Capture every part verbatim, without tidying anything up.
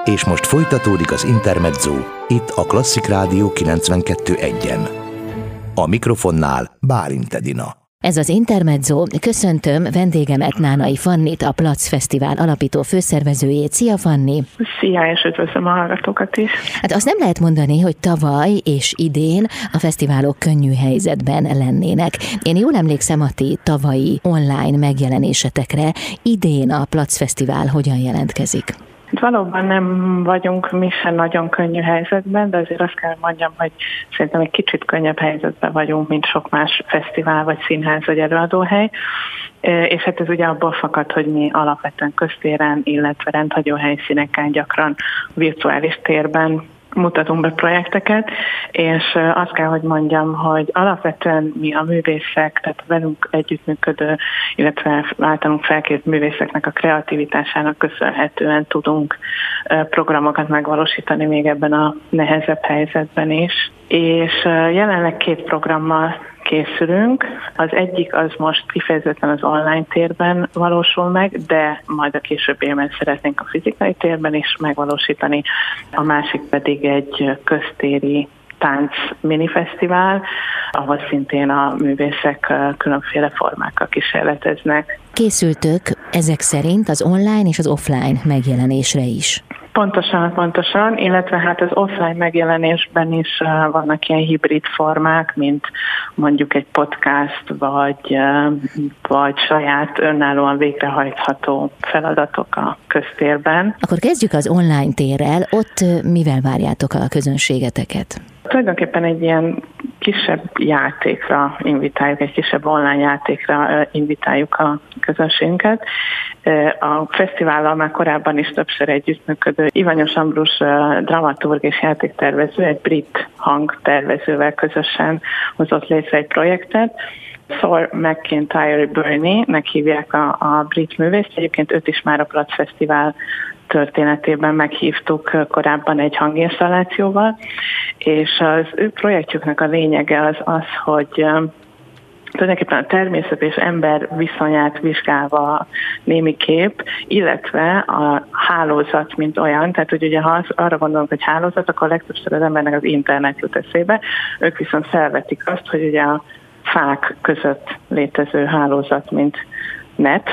És most folytatódik az Intermezzo, itt a Klasszik Rádió kilencvenkettő egyen. A mikrofonnál Bálint Edina. Ez az Intermezzo, köszöntöm vendégemet, Nánai Fannit, a Plac Fesztivál alapító főszervezőjét. Szia, Fanni! Szia, és üdvözlöm a hallgatókat is! Hát azt nem lehet mondani, hogy tavaly és idén a fesztiválok könnyű helyzetben lennének. Én jól emlékszem a ti tavalyi online megjelenésetekre. Idén a Plac Fesztivál hogyan jelentkezik? Valóban nem vagyunk mi sem nagyon könnyű helyzetben, de azért azt kell mondjam, hogy szerintem egy kicsit könnyebb helyzetben vagyunk, mint sok más fesztivál, vagy színház, vagy előadóhely. És hát ez ugye abból fakad, hogy mi alapvetően köztéren, illetve rendhagyó helyszíneken, gyakran virtuális térben mutatunk be projekteket, és azt kell, hogy mondjam, hogy alapvetően mi a művészek, tehát velünk együttműködő, illetve általunk felkért művészeknek a kreativitásának köszönhetően tudunk programokat megvalósítani még ebben a nehezebb helyzetben is. És jelenleg két programmal készülünk. Az egyik az most kifejezetten az online térben valósul meg, de majd a későbbiekben szeretnénk a fizikai térben is megvalósítani. A másik pedig egy köztéri tánc minifesztivál, ahol szintén a művészek különféle formákkal kísérleteznek. Készültök ezek szerint az online és az offline megjelenésre is. Pontosan, pontosan, illetve hát az offline megjelenésben is vannak ilyen hibrid formák, mint mondjuk egy podcast, vagy, vagy saját önállóan végrehajtható feladatok a köztérben. Akkor kezdjük az online térrel, ott mivel várjátok a közönségeteket? Tulajdonképpen egy ilyen kisebb játékra invitáljuk, egy kisebb online játékra invitáljuk a közönségünket. A fesztivállal már korábban is többször együttműködő Iványos Ambrus dramaturg és játéktervező, egy brit hangtervezővel közösen hozott létre egy projektet. Thor McIntyre Burney-nek hívják a, a brit művészt, egyébként őt is már a Plac Fesztivál történetében meghívtuk korábban egy hanginstallációval, és az ő projektjüknek a lényege az az, hogy tulajdonképpen a természet és ember viszonyát vizsgálva némi kép, illetve a hálózat, mint olyan, tehát hogy ugye ha arra gondolunk, hogy hálózat, akkor legtöbbször az embernek az internet jut eszébe, ők viszont felvetik azt, hogy ugye a fák között létező hálózat, mint net,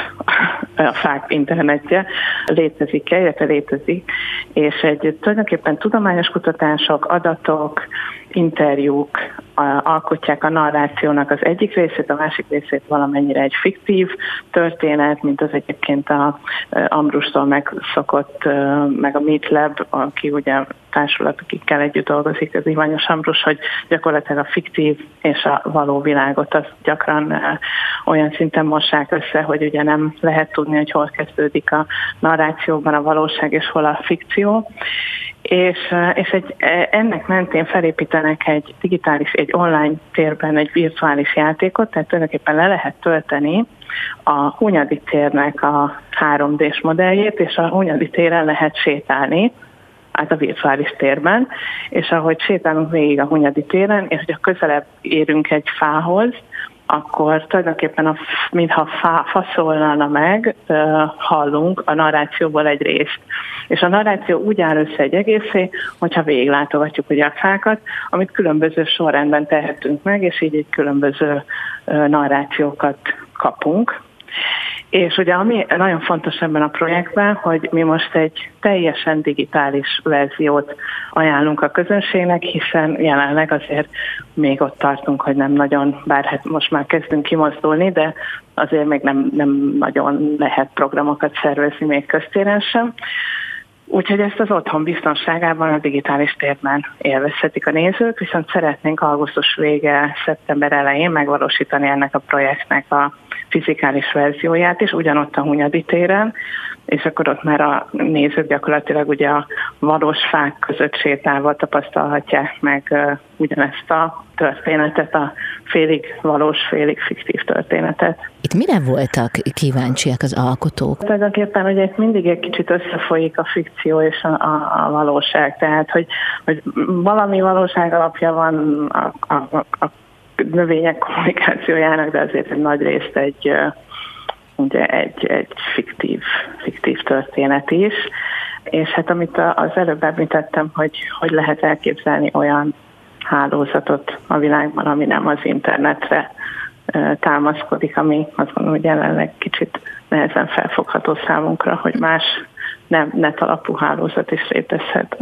a fák internetje létezik-e, illetve létezik, és egy tulajdonképpen tudományos kutatások, adatok, interjúk alkotják a narrációnak az egyik részét, a másik részét valamennyire egy fiktív történet, mint az egyébként a Ambrustól megszokott, meg a MeetLab, aki ugye társulat, akikkel együtt dolgozik, az Iványos Ambrus, hogy gyakorlatilag a fiktív és a való világot az gyakran olyan szinten mossák össze, hogy ugye nem lehet tudni, hogy hol kezdődik a narrációban a valóság és hol a fikció. És, és egy, ennek mentén felépítenek egy digitális, egy online térben egy virtuális játékot, tehát tulajdonképpen le lehet tölteni a Hunyadi térnek a három dés modelljét, és a Hunyadi téren lehet sétálni, át a virtuális térben, és ahogy sétálunk végig a Hunyadi téren, és hogyha közelebb érünk egy fához, akkor tulajdonképpen a, mintha fa, fa szólna meg, hallunk a narrációból egy részt. És a narráció úgy áll össze egy egészé, hogyha végiglátogatjuk ugye a fákat, amit különböző sorrendben tehetünk meg, és így egy különböző narrációkat kapunk. És ugye ami nagyon fontos ebben a projektben, hogy mi most egy teljesen digitális verziót ajánlunk a közönségnek, hiszen jelenleg azért még ott tartunk, hogy nem nagyon, bár hát most már kezdünk kimozdulni, de azért még nem, nem nagyon lehet programokat szervezni még köztéren sem. Úgyhogy ezt az otthon biztonságában a digitális térben élvezhetik a nézők, viszont szeretnénk augusztus vége, szeptember elején megvalósítani ennek a projektnek a fizikális verzióját is, ugyanott a Hunyadi téren, és akkor ott már a nézők gyakorlatilag ugye a valós fák között sétálva tapasztalhatják meg uh, ugyanezt a történetet, a félig valós, félig fiktív történetet. Itt mire voltak kíváncsiak az alkotók? Tulajdonképpen ugye itt mindig egy kicsit összefolyik a fikció és a, a, a valóság, tehát hogy, hogy valami valóság alapja van a, a, a növények kommunikációjának, de azért egy nagy részt egy, ugye egy, egy fiktív, fiktív történet is. És hát amit az előbb említettem, hogy hogy lehet elképzelni olyan hálózatot a világban, ami nem az internetre támaszkodik, ami azt gondolom, hogy jelenleg kicsit nehezen felfogható számunkra, hogy más nem net alapú hálózat is létezhet.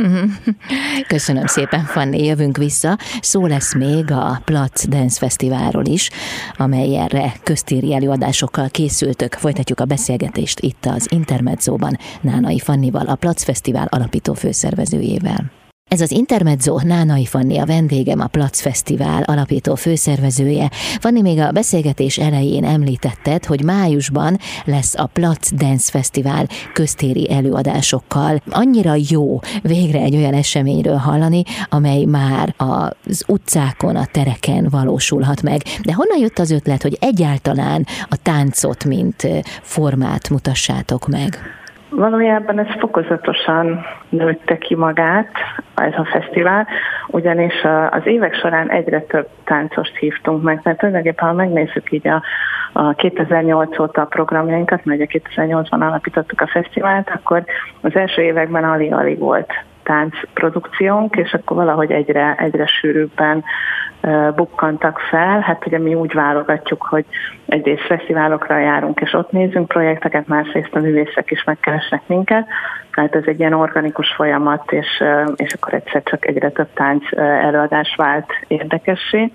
Köszönöm szépen, Fanni, jövünk vissza. Szó lesz még a Platz Dance Fesztiválról is, amelyre köztéri előadásokkal készültök. Folytatjuk a beszélgetést itt az Intermedzóban Nánai Fannival, a Platz Fesztivál alapító főszervezőjével. Ez az Intermezzo, Nánai Fanni a vendégem, a Platz Fesztivál alapító főszervezője. Fanni, még a beszélgetés elején említetted, hogy májusban lesz a Platz Dance Fesztivál köztéri előadásokkal. Annyira jó végre egy olyan eseményről hallani, amely már az utcákon, a tereken valósulhat meg. De honnan jött az ötlet, hogy egyáltalán a táncot, mint formát mutassátok meg? Valójában ez fokozatosan nőtte ki magát, ez a fesztivál, ugyanis az évek során egyre több táncost hívtunk meg, mert tulajdonképpen, ha megnézzük így a, a kétezer-nyolc óta a programjainkat, mert ugye kétezer-nyolcban alapítottuk a fesztivált, akkor az első években alig-alig volt táncprodukciónk, és akkor valahogy egyre, egyre sűrűbben uh, bukkantak fel. Hát ugye mi úgy válogatjuk, hogy egyrészt fesztiválokra járunk, és ott nézzünk projekteket, másrészt a művészek is megkeresnek minket. Tehát ez egy ilyen organikus folyamat, és, uh, és akkor egyszer csak egyre több tánc uh, előadás vált érdekessé.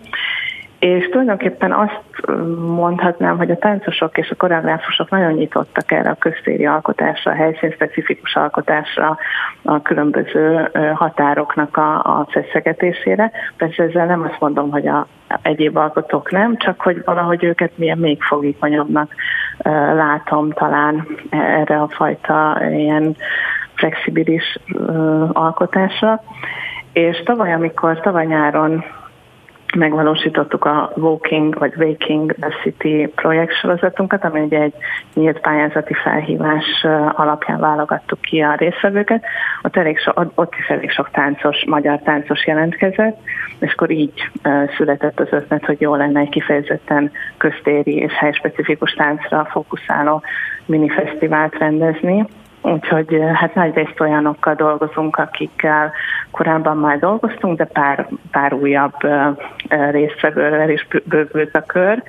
És tulajdonképpen azt mondhatnám, hogy a táncosok és a koreográfusok nagyon nyitottak erre a köztéri alkotásra, a helyszínspecifikus alkotásra, a különböző határoknak a, a feszegetésére. Persze ezzel nem azt mondom, hogy a egyéb alkotók nem, csak hogy valahogy őket milyen még fogékonyabbnak látom talán erre a fajta ilyen flexibilis alkotásra. És tavaly, amikor tavaly nyáron megvalósítottuk a Walking vagy Waking the City projekt sorozatunkat, ami ugye egy nyílt pályázati felhívás alapján válogattuk ki a résztvevőket. Ott, elég so, ott is elég sok táncos, magyar táncos jelentkezett, és akkor így született az ötlet, hogy jó lenne egy kifejezetten köztéri és helyspecifikus táncra fókuszáló minifesztivált rendezni. Úgyhogy hát nagyrészt olyanokkal dolgozunk, akikkel korábban már dolgoztunk, de pár, pár újabb résztvevővel is bővült a kör.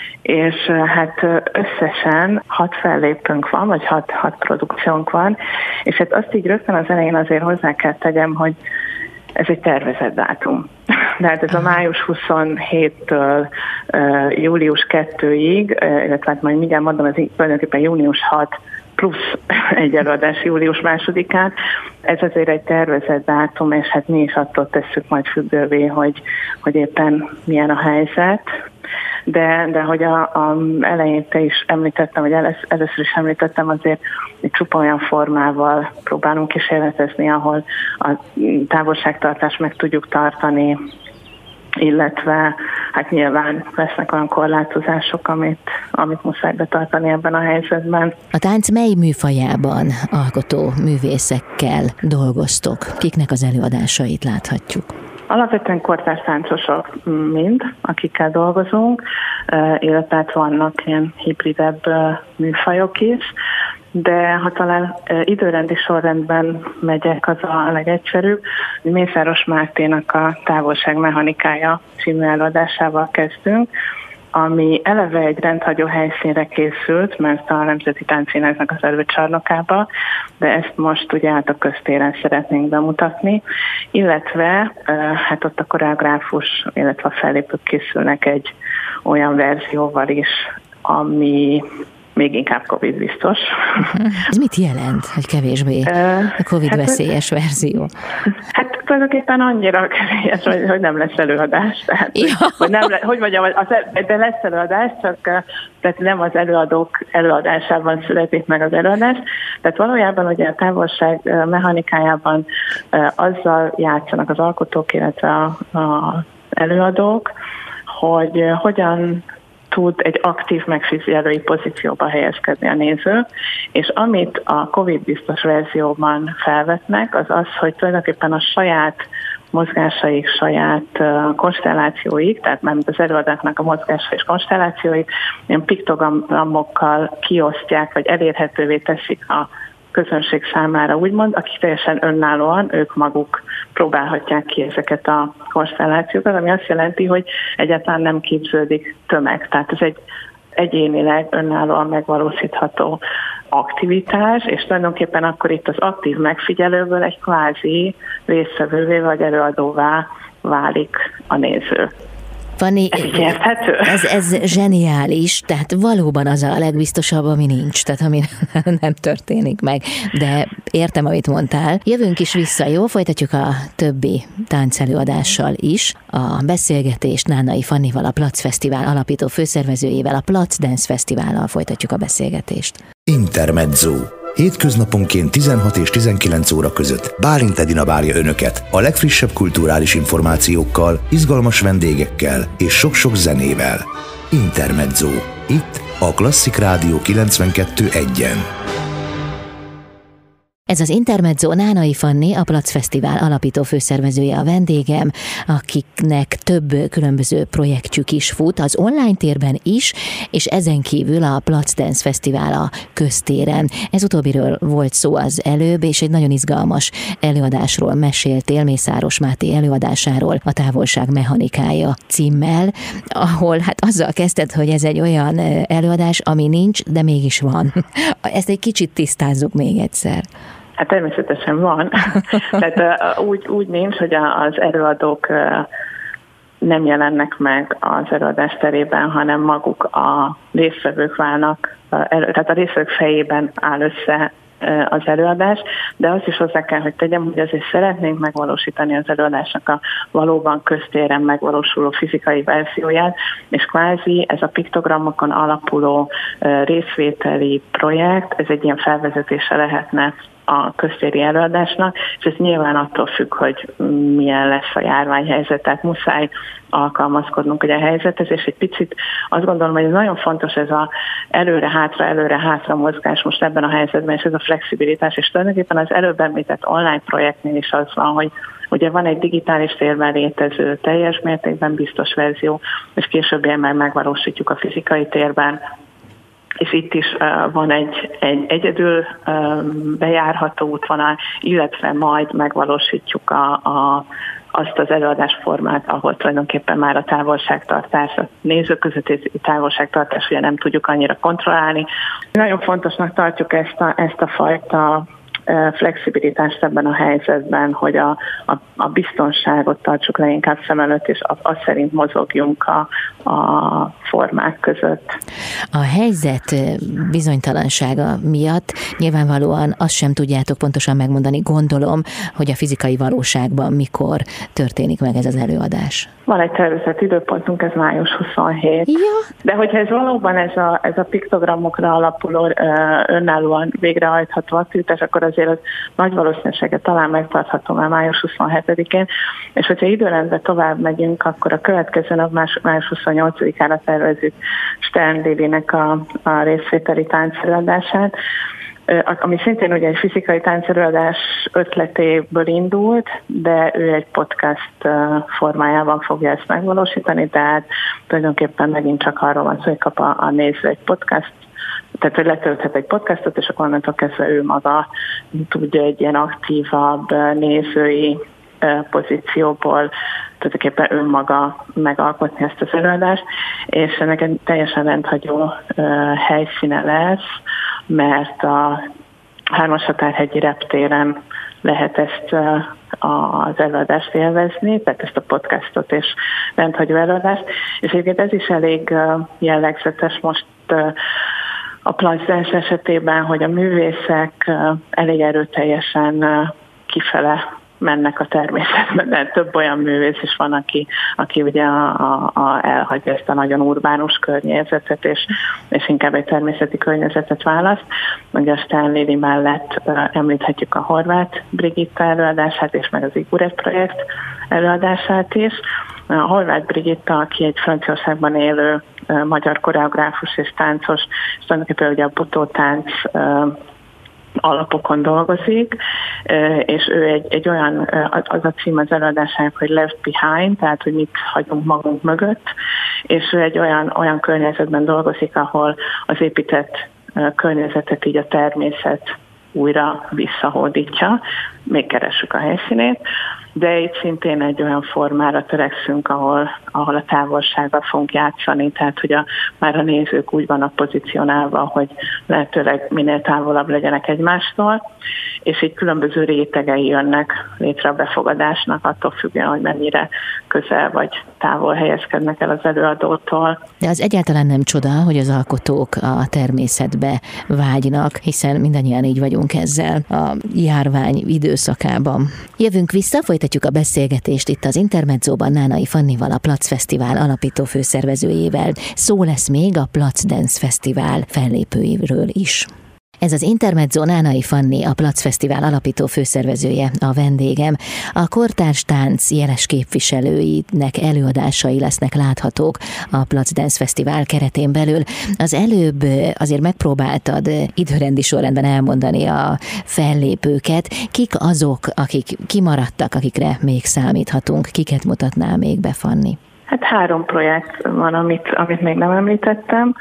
És hát összesen hat fellépőnk van, vagy hat, hat produkciónk van, és hát azt így rögtön az elején azért hozzá kell tegyem, hogy ez egy tervezett dátum. De hát ez a május huszonhéttől uh, július kettőig, uh, illetve hát majd mindjárt mondom, ez tulajdonképpen június hat plusz egy előadás július másodikán. Ez azért egy tervezett dátum, és hát mi is attól tesszük majd függővé, hogy, hogy éppen milyen a helyzet. De, de hogy a, a elején te is említettem, vagy először, először is említettem, azért egy csupa olyan formával próbálunk kísérletezni, ahol a távolságtartást meg tudjuk tartani, illetve hát nyilván lesznek olyan korlátozások, amit, amit muszáj betartani ebben a helyzetben. A tánc mely műfajában alkotó művészekkel dolgoztok? Kiknek az előadásait láthatjuk? Alapvetően kortárs táncosok mind, akikkel dolgozunk, illetve hát vannak ilyen hibridebb műfajok is, de ha talán időrendi sorrendben megyek, az a legegyszerűbb. Mészáros Márténak a Távolság mechanikája című előadásával kezdünk, ami eleve egy rendhagyó helyszínre készült, mert a Nemzeti Táncszínháznak az előcsarnokába, de ezt most ugye át a köztéren szeretnénk bemutatni, illetve hát ott a koreográfus, illetve a fellépők készülnek egy olyan verzióval is, ami még inkább Covid biztos. Ez mit jelent, hogy kevésbé a Covid hát, veszélyes verzió? Hát tulajdonképpen annyira kevélyes, hogy, hogy nem lesz előadás. Tehát, ja. hogy, nem le, hogy mondjam, az, de lesz előadás, csak tehát nem az előadók előadásában születik meg az előadás. Tehát valójában ugye a távolság mechanikájában azzal játszanak az alkotók, illetve az előadók, hogy hogyan tud egy aktív megfigyelői pozícióba helyezkedni a néző, és amit a Covid biztos verzióban felvetnek, az az, hogy tulajdonképpen a saját mozgásaik, saját konstellációik, tehát már az előadásnak a mozgása és konstellációik, ilyen piktogramokkal kiosztják, vagy elérhetővé teszik a közönség számára úgymond, akik teljesen önállóan, ők maguk próbálhatják ki ezeket a konstellációkat, ami azt jelenti, hogy egyáltalán nem képződik tömeg. Tehát ez egy egyénileg önállóan megvalósítható aktivitás, és tulajdonképpen akkor itt az aktív megfigyelőből egy kvázi résztvevővé vagy előadóvá válik a néző. Fanni, ez, ez, ez zseniális, tehát valóban az a legbiztosabb, ami nincs, tehát ami nem történik meg, de értem, amit mondtál. Jövünk is vissza, jó? Folytatjuk a többi táncelőadással is. A beszélgetést Nánai Fannival, a Plac Fesztivál alapító főszervezőjével, a Plac Dance Fesztivállal folytatjuk a beszélgetést. Intermezzo. Hétköznaponként tizenhat és tizenkilenc óra között Bálint Edina várja Önöket a legfrissebb kulturális információkkal, izgalmas vendégekkel és sok-sok zenével. Intermezzo. Itt a Klasszik Rádió kilencvenkettő egyen. Ez az Intermezzo, Nánai Fanni, a Plac Fesztivál alapító főszervezője a vendégem, akiknek több különböző projektjük is fut, az online térben is, és ezen kívül a Plac Dance Fesztivál a köztéren. Ez utóbbiről volt szó az előbb, és egy nagyon izgalmas előadásról meséltél, Mészáros Máté előadásáról, a Távolság mechanikája címmel, ahol hát azzal kezdted, hogy ez egy olyan előadás, ami nincs, de mégis van. Ezt egy kicsit tisztázzuk még egyszer. Hát természetesen van. Tehát úgy, úgy nincs, hogy az előadók nem jelennek meg az előadás terében, hanem maguk a résztvevők válnak, tehát a résztvevők fejében áll össze az előadás, de azt is hozzá kell, hogy tegyem, hogy azért szeretnénk megvalósítani az előadásnak a valóban köztéren megvalósuló fizikai verzióját, és kvázi ez a piktogramokon alapuló részvételi projekt, ez egy ilyen felvezetése lehetne a köztéri előadásnak, és ez nyilván attól függ, hogy milyen lesz a járványhelyzet, tehát muszáj alkalmazkodnunk ugye a helyzethez, és egy picit azt gondolom, hogy ez nagyon fontos ez a előre-hátra, előre-hátra mozgás most ebben a helyzetben, és ez a flexibilitás, és tulajdonképpen az előbb említett online projektnél is az van, hogy ugye van egy digitális térben létező teljes mértékben biztos verzió, és később már megvalósítjuk a fizikai térben, és itt is uh, van egy, egy egyedül um, bejárható útvonal, illetve majd megvalósítjuk a, a, azt az előadásformát, ahol tulajdonképpen már a távolságtartás, a nézők közötti távolságtartás ugye nem tudjuk annyira kontrollálni. Nagyon fontosnak tartjuk ezt a, ezt a fajta flexibilitást ebben a helyzetben, hogy a, a, a biztonságot tartsuk leginkább szem előtt, és az szerint mozogjunk a, a formák között. A helyzet bizonytalansága miatt nyilvánvalóan azt sem tudjátok pontosan megmondani, gondolom, hogy a fizikai valóságban mikor történik meg ez az előadás. Van egy tervezett időpontunk, ez május huszonhét. Ja. De hogyha ez valóban ez a, ez a piktogramokra alapuló önállóan végrehajtható aktivitás, akkor azért az nagy valószínűséget talán megtartható már május huszonhetedikén, és hogyha időrendben tovább megyünk, akkor a következő nap május huszonnyolcadikára tervezzük Stern Lilinek a, a részvételi táncelőadását, ami szintén ugye egy fizikai táncelőadás ötletéből indult, de ő egy podcast formájában fogja ezt megvalósítani, tehát tulajdonképpen megint csak arról van szó, hogy kap a, a néző egy podcast, tehát hogy letölthet egy podcastot, és akkor onnantól kezdve ő maga tudja egy ilyen aktívabb nézői pozícióból tulajdonképpen önmaga megalkotni ezt az előadást, és ennek egy teljesen rendhagyó helyszíne lesz, mert a Hármashatárhegyi reptéren lehet ezt az előadást élvezni, tehát ezt a podcastot és rendhagyó előadást, és egyébként ez is elég jellegzetes most a Plac Dance esetében, hogy a művészek elég erőteljesen kifele mennek a természetben, de több olyan művész is van, aki, aki ugye a, a, a elhagyja ezt a nagyon urbánus környezetet, és, és inkább egy természeti környezetet választ. Ugye a Stern Lili mellett uh, említhetjük a Horváth Brigitta előadását, és meg az Iguret projekt előadását is. A Horváth Brigitta, aki egy Franciaországban élő uh, magyar koreográfus és táncos, és tulajdonképpen ugye a butótánc uh, alapokon dolgozik, és ő egy, egy olyan, az a cím az előadásának, hogy Left Behind, tehát hogy mit hagyunk magunk mögött, és ő egy olyan, olyan környezetben dolgozik, ahol az épített környezetet így a természet újra visszahódítja, még keressük a helyszínét, de itt szintén egy olyan formára törekszünk, ahol, ahol a távolsággal fogunk játszani, tehát hogy a, már a nézők úgy vannak pozícionálva, hogy lehetőleg minél távolabb legyenek egymástól, és így különböző rétegei jönnek létre a befogadásnak, attól függően, hogy mennyire közel vagy távol helyezkednek el az előadótól. De az egyáltalán nem csoda, hogy az alkotók a természetbe vágynak, hiszen mindannyian így vagyunk ezzel a járvány időszakában. Jövünk vissza, folytatjuk a beszélgetést itt az Intermedzóban Nánai Fannival, a Plac Fesztivál alapító főszervezőjével. Szó lesz még a Plac Dance Fesztivál fellépőiről is. Ez az Intermezzo, Nánai Fanni, a Plac Fesztivál alapító főszervezője, a vendégem. A kortárs tánc jeles képviselőinek előadásai lesznek láthatók a Plac Dance Fesztivál keretén belül. Az előbb azért megpróbáltad időrendi sorrendben elmondani a fellépőket. Kik azok, akik kimaradtak, akikre még számíthatunk? Kiket mutatnál még be, Fanni? Hát három projekt van, amit, amit még nem említettem.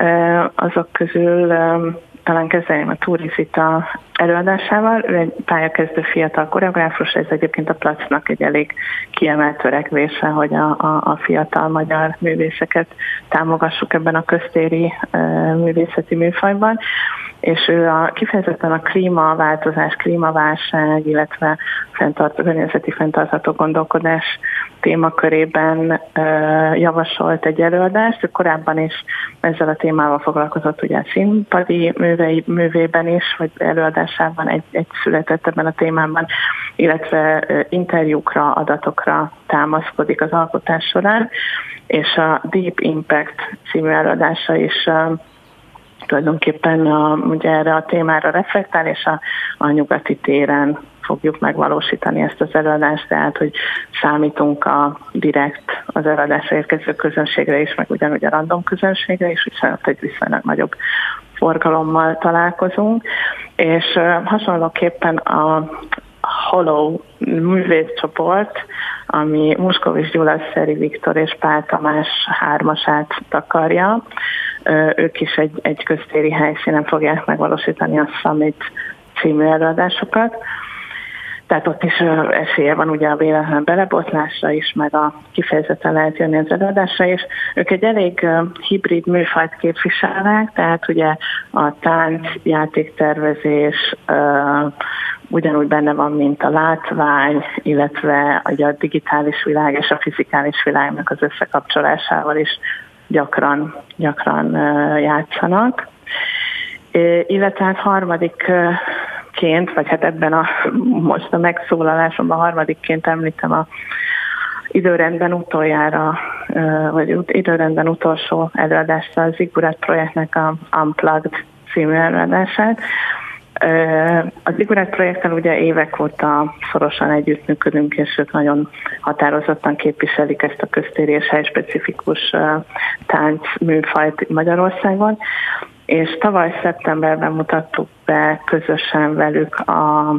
Azok közül talán kezdeném a Turizita előadásával. Ő egy pályakezdő fiatal koreográfus, ez egyébként a Placnak egy elég kiemelt törekvése, hogy a, a, a fiatal magyar művészeket támogassuk ebben a köztéri e, művészeti műfajban. És ő a, kifejezetten a klímaváltozás, klímaválság, illetve fenntart, környezeti fenntartható gondolkodás témakörében e, javasolt egy előadást. Ő korábban is ezzel a témával foglalkozott, ugye a színpadi művei, művében is, vagy előadásában egy, egy született ebben a témában, illetve e, interjúkra, adatokra támaszkodik az alkotás során, és a Deep Impact című előadása is e, tulajdonképpen a, ugye erre a témára reflektál, és a, a nyugati téren fogjuk megvalósítani ezt az előadást, tehát hogy számítunk a direkt az előadásra érkező közönségre is, meg ugyanúgy a random közönségre is, viszont egy viszonylag nagyobb forgalommal találkozunk, és uh, hasonlóképpen a Hollow művészcsoport, ami Muskovics Gyula, Szeri Viktor és Pál Tamás hármasát takarja. Ők is egy, egy köztéri helyszínen fogják megvalósítani a Summit című előadásokat. Tehát ott is esélye van ugye a véletlen belebotlásra is, meg a kifejezetten lehet jönni az előadásra is. Ők egy elég hibrid műfajt képviselnek, tehát ugye a tánc, játéktervezés ugyanúgy benne van, mint a látvány, illetve ugye a digitális világ és a fizikális világnak az összekapcsolásával is gyakran, gyakran játszanak. Illetve hát harmadikként, vagy hát ebben a most a megszólalásomban harmadikként említem a időrendben utoljára, vagy időrendben utolsó előadást, az Zigurat projektnek a Unplugged című előadását. Az Zigurat projekttel ugye évek óta szorosan együttműködünk, és ők nagyon határozottan képviselik ezt a köztéri és helyspecifikus tánc műfajt Magyarországon, és tavaly szeptemberben mutattuk be közösen velük a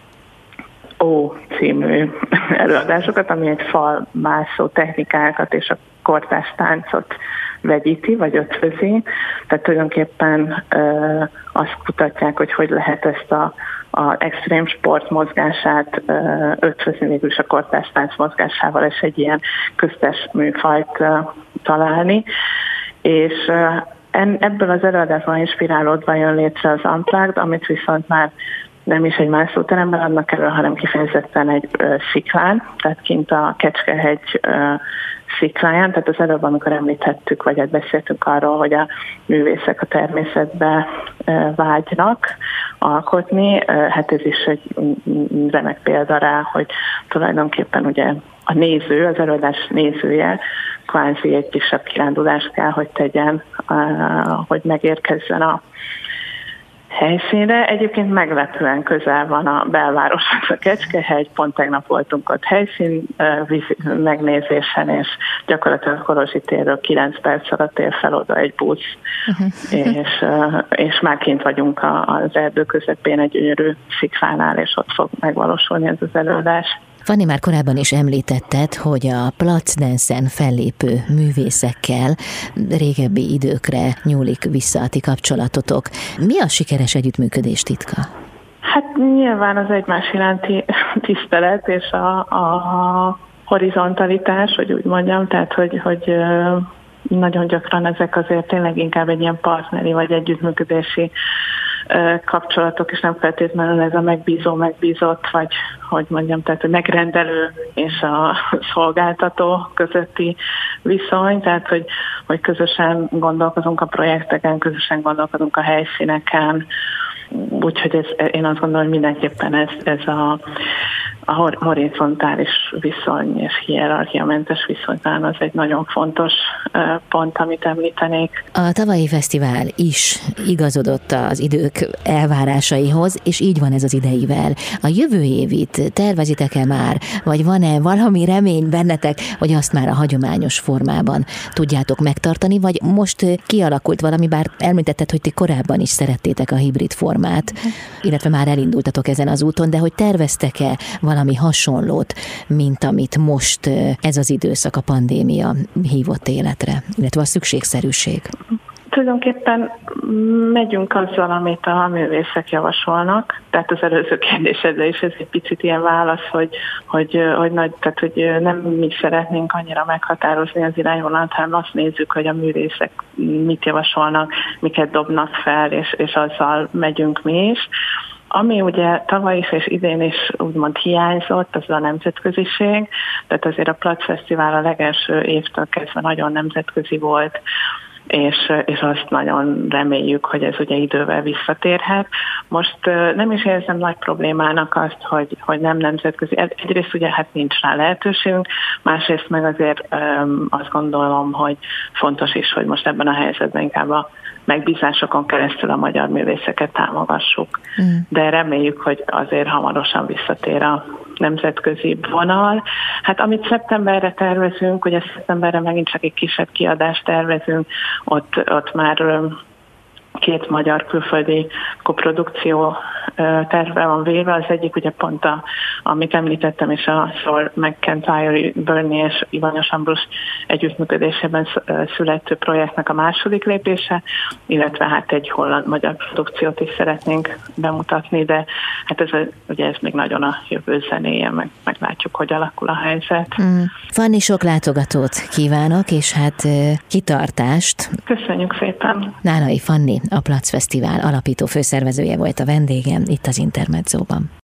Ó című előadásokat, ami egy falmászó technikákat és a kortárs táncot vegyíti, vagy ötvözi. Tehát tulajdonképpen ö, azt kutatják, hogy hogy lehet ezt a, a extrém sport mozgását ö, ötvözni végül is a kortárs tánc mozgásával, és egy ilyen köztes műfajt ö, találni. És ö, en, ebből az előadásban inspirálódva jön létre az Unplugged, amit viszont már nem is egy mászóteremben adnak elő, hanem kifejezetten egy ö, sziklán, tehát kint a Kecskehegy ö, szikláján, tehát az előbb, amikor említettük, vagy hát beszéltünk arról, hogy a művészek a természetbe ö, vágynak alkotni, ö, hát ez is egy remek példa rá, hogy tulajdonképpen ugye a néző, az előadás nézője kvázi egy kisebb kirándulást kell, hogy tegyen, ö, hogy megérkezzen a helyszínre. Egyébként meglepően közel van a belvároshoz a Kecskehegy, pont tegnap voltunk ott helyszín megnézésen, és gyakorlatilag a Kolozsi térről kilenc perc alatt ér fel oda egy busz, uh-huh. és, és már kint vagyunk az erdő közepén egy gyönyörű sziklánál, és ott fog megvalósulni ez az előadás. Fanni, már korábban is említetted, hogy a Plac Dance-en fellépő művészekkel régebbi időkre nyúlik vissza a ti kapcsolatotok. Mi a sikeres együttműködés titka? Hát nyilván az egymás iránti tisztelet és a, a horizontalitás, hogy úgy mondjam, tehát hogy, hogy nagyon gyakran ezek azért tényleg inkább egy ilyen partneri vagy együttműködési kapcsolatok, és nem feltétlenül ez a megbízó, megbízott, vagy hogy mondjam, tehát a megrendelő és a szolgáltató közötti viszony, tehát hogy, hogy közösen gondolkozunk a projekteken, közösen gondolkozunk a helyszíneken, úgyhogy ez, én azt gondolom, hogy mindenképpen ez, ez a, a horizontális viszony és hierarchiamentes viszonytán az egy nagyon fontos pont, amit említenék. A tavalyi fesztivál is igazodott az idők elvárásaihoz, és így van ez az ideivel. A jövő évit tervezitek-e már, vagy van-e valami remény bennetek, hogy azt már a hagyományos formában tudjátok megtartani, vagy most kialakult valami, bár említetted, hogy ti korábban is szerettétek a hibrid formát, illetve már elindultatok ezen az úton, de hogy terveztek-e valami hasonlót, mint amit most ez az időszak, a pandémia hívott életre, illetve a szükségszerűség? Tulajdonképpen megyünk azzal, amit a művészek javasolnak, tehát az előző kérdésedre is ez egy picit ilyen válasz, hogy, hogy, hogy, nagy, tehát, hogy nem mi szeretnénk annyira meghatározni az irányvonalat, hanem azt nézzük, hogy a művészek mit javasolnak, miket dobnak fel, és, és azzal megyünk mi is. Ami ugye tavaly is és idén is úgymond hiányzott, az a nemzetköziség, tehát azért a Placfesztivál a legelső évtől kezdve nagyon nemzetközi volt, és, és azt nagyon reméljük, hogy ez ugye idővel visszatérhet. Most nem is érzem nagy problémának azt, hogy, hogy nem nemzetközi. Egyrészt ugye hát nincs rá lehetőségünk, másrészt meg azért um, azt gondolom, hogy fontos is, hogy most ebben a helyzetben inkább a megbízásokon keresztül a magyar művészeket támogassuk. Mm. De reméljük, hogy azért hamarosan visszatér a nemzetközi vonal. Hát amit szeptemberre tervezünk, ugye szeptemberre megint csak egy kisebb kiadást tervezünk, ott, ott már két magyar külföldi koprodukció terve van véve. Az egyik ugye pont, a, amit említettem, és a Saul McIntyre, Bernie és Ivanyos Ambrus együttműködésében születő projektnek a második lépése, illetve hát egy holland-magyar produkciót is szeretnénk bemutatni, de hát ez, ugye ez még nagyon a jövő zenéje, meg, meglátjuk, hogy alakul a helyzet. Mm. Fanni, sok látogatót kívánok, és hát kitartást. Köszönjük szépen. Nálai Fanni, a Placfesztivál alapító főszervezője volt a vendégem itt az Intermedzóban.